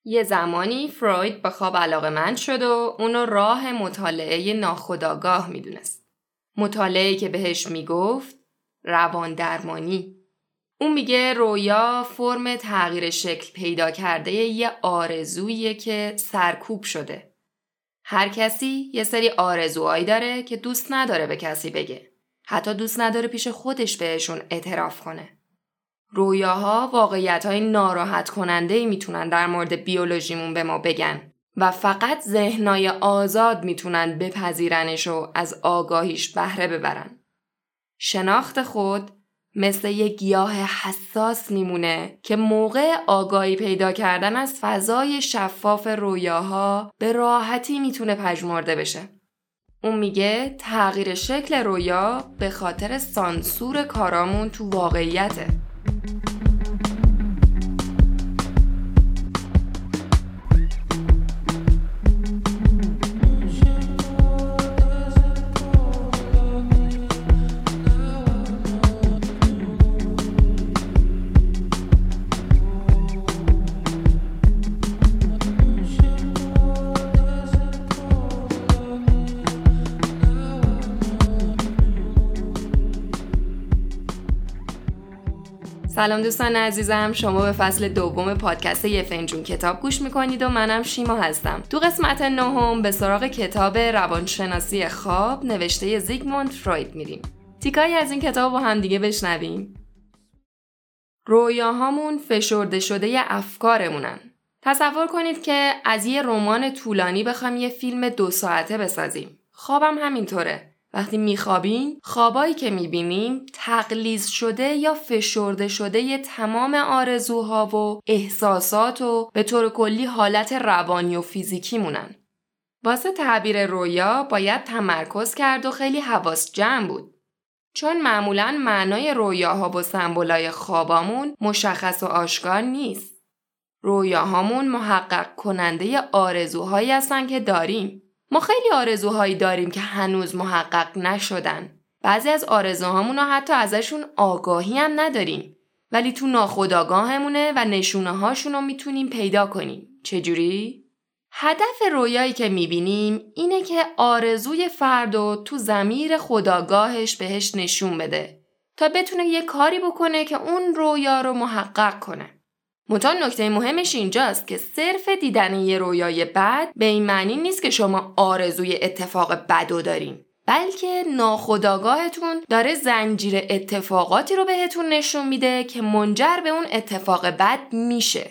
یه زمانی فروید به خواب علاقه‌مند شد و اونو راه مطالعه ناخودآگاه میدونست. مطالعه‌ای که بهش میگفت روان درمانی. اون میگه رویا فرم تغییر شکل پیدا کرده یه آرزوییه که سرکوب شده. هر کسی یه سری آرزوهایی داره که دوست نداره به کسی بگه. حتی دوست نداره پیش خودش بهشون اعتراف کنه. رویاها واقعیت‌های ناراحت کننده‌ای میتونن در مورد بیولوژیمون به ما بگن و فقط ذهنای آزاد میتونن بپذیرنش و از آگاهیش بهره ببرن. شناخت خود مثل یه گیاه حساس میمونه که موقع آگاهی پیدا کردن از فضای شفاف رویاها به راحتی میتونه پژمرده بشه. اون میگه تغییر شکل رویا به خاطر سانسور کارامون تو واقعیته. سلام دوستان عزیزم، شما به فصل دوم پادکست یه فنجون کتاب گوش میکنید و منم شیما هستم. تو قسمت 9 به سراغ کتاب روانشناسی خواب نوشته زیگموند فروید میریم. تیکایی از این کتاب با هم دیگه بشنویم. رویاهامون فشرده شده ی افکارمونن. تصور کنید که از یه رمان طولانی بخوام یه فیلم 2 ساعته بسازیم. خوابم همینطوره. وقتی میخوابیم، خوابایی که میبینیم تقلیظ شده یا فشرده شده ی تمام آرزوها و احساسات و به طور کلی حالت روانی و فیزیکی مونن. واسه تعبیر رویا باید تمرکز کرد و خیلی حواس جمع بود. چون معمولاً معنای رویاها و سمبولای خوابامون مشخص و آشکار نیست. رویاهامون محقق کننده آرزوهایی هستن که داریم. ما خیلی آرزوهایی داریم که هنوز محقق نشدن. بعضی از آرزوهامون رو حتی ازشون آگاهی هم نداریم. ولی تو ناخودآگاهمونه و نشونه هاشون رو میتونیم پیدا کنیم. چجوری؟ هدف رویایی که میبینیم اینه که آرزوی فردو تو ضمیر خودآگاهش بهش نشون بده تا بتونه یه کاری بکنه که اون رویا رو محقق کنه. منتها نکته مهمش اینجاست که صرف دیدن یه رویای بد به این معنی نیست که شما آرزوی اتفاق بدو دارین، بلکه ناخودآگاهتون داره زنجیره اتفاقاتی رو بهتون نشون میده که منجر به اون اتفاق بد میشه.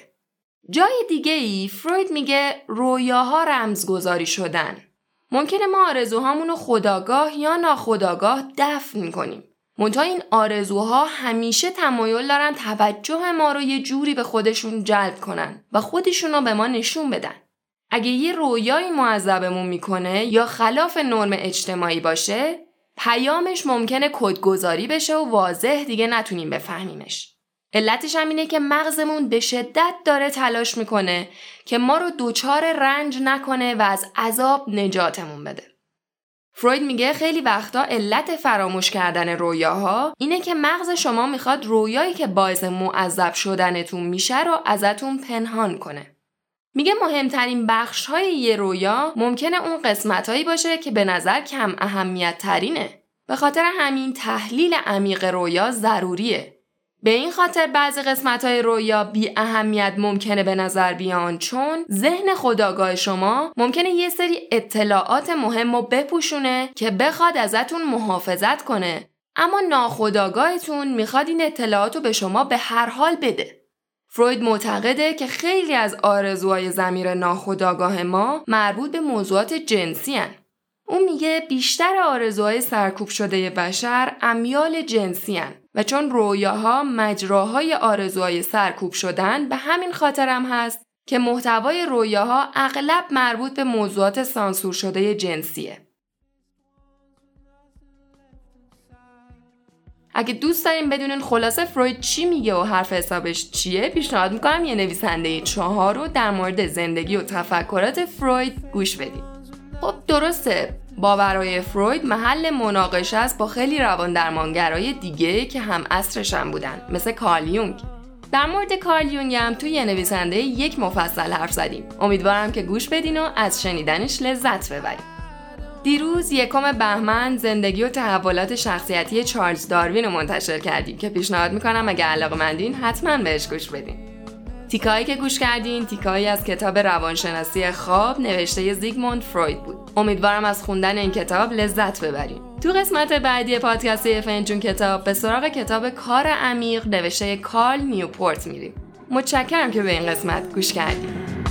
جای دیگه ای فروید میگه رویاها رمزگذاری شدن. ممکنه ما آرزوهامون رو خودآگاه یا ناخودآگاه دفن کنیم. منتها این آرزوها همیشه تمایل دارن توجه ما رو یه جوری به خودشون جلب کنن و خودشون رو به ما نشون بدن. اگه یه رویایی معذبمون میکنه یا خلاف نرم اجتماعی باشه، پیامش ممکنه کدگذاری بشه و واضح دیگه نتونیم بفهمیمش. علتش هم اینه که مغزمون به شدت داره تلاش میکنه که ما رو دوچار رنج نکنه و از عذاب نجاتمون بده. فروید میگه خیلی وقتا علت فراموش کردن رویاها اینه که مغز شما میخواد رویایی که باعث معذب شدنتون میشه رو ازتون پنهان کنه. میگه مهمترین بخش‌های یه رویا ممکنه اون قسمتایی باشه که به نظر کم اهمیت ترینه. به خاطر همین تحلیل عمیق رویا ضروریه. به این خاطر بعضی قسمت‌های رویا بی اهمیت ممکنه به نظر بیان، چون ذهن خودآگاه شما ممکنه یه سری اطلاعات مهم رو بپوشونه که بخواد ازتون محافظت کنه، اما ناخودآگاهتون میخواد این اطلاعات رو به شما به هر حال بده. فروید معتقده که خیلی از آرزوهای ضمیر ناخودآگاه ما مربوط به موضوعات جنسی هن. اون میگه بیشتر آرزوهای سرکوب شده بشر امیال جنسی هن و چون رویاها مجراهای آرزوهای سرکوب شدن، به همین خاطر هم هست که محتوای رویاها اغلب مربوط به موضوعات سانسور شده جنسیه. اگه دوست دارین بدونین خلاصه فروید چی میگه و حرف حسابش چیه، پیشنهاد میکنم یه نویسنده 4 رو در مورد زندگی و تفکرات فروید گوش بدید. خب درسته، باورهای فروید محل مناقشه است با خیلی روان درمانگرای دیگه که هم عصرش هم بودن، مثل کارل یونگ. در مورد کارل یونگ هم توی یه نویسنده یک مفصل حرف زدیم. امیدوارم که گوش بدین و از شنیدنش لذت ببرید. دیروز 1 بهمن زندگی و تحولات شخصیتی چارلز داروین رو منتشر کردیم که پیشنهاد میکنم اگه علاقه‌مندین حتما بهش گوش بدین. تیکایی که گوش کردین تیکایی از کتاب روانشناسی خواب نوشته زیگموند فروید بود. امیدوارم از خوندن این کتاب لذت ببرین. تو قسمت بعدی پادکست فنجون کتاب به سراغ کتاب کار عمیق نوشته کارل نیوپورت میریم. متشکرم که به این قسمت گوش کردین.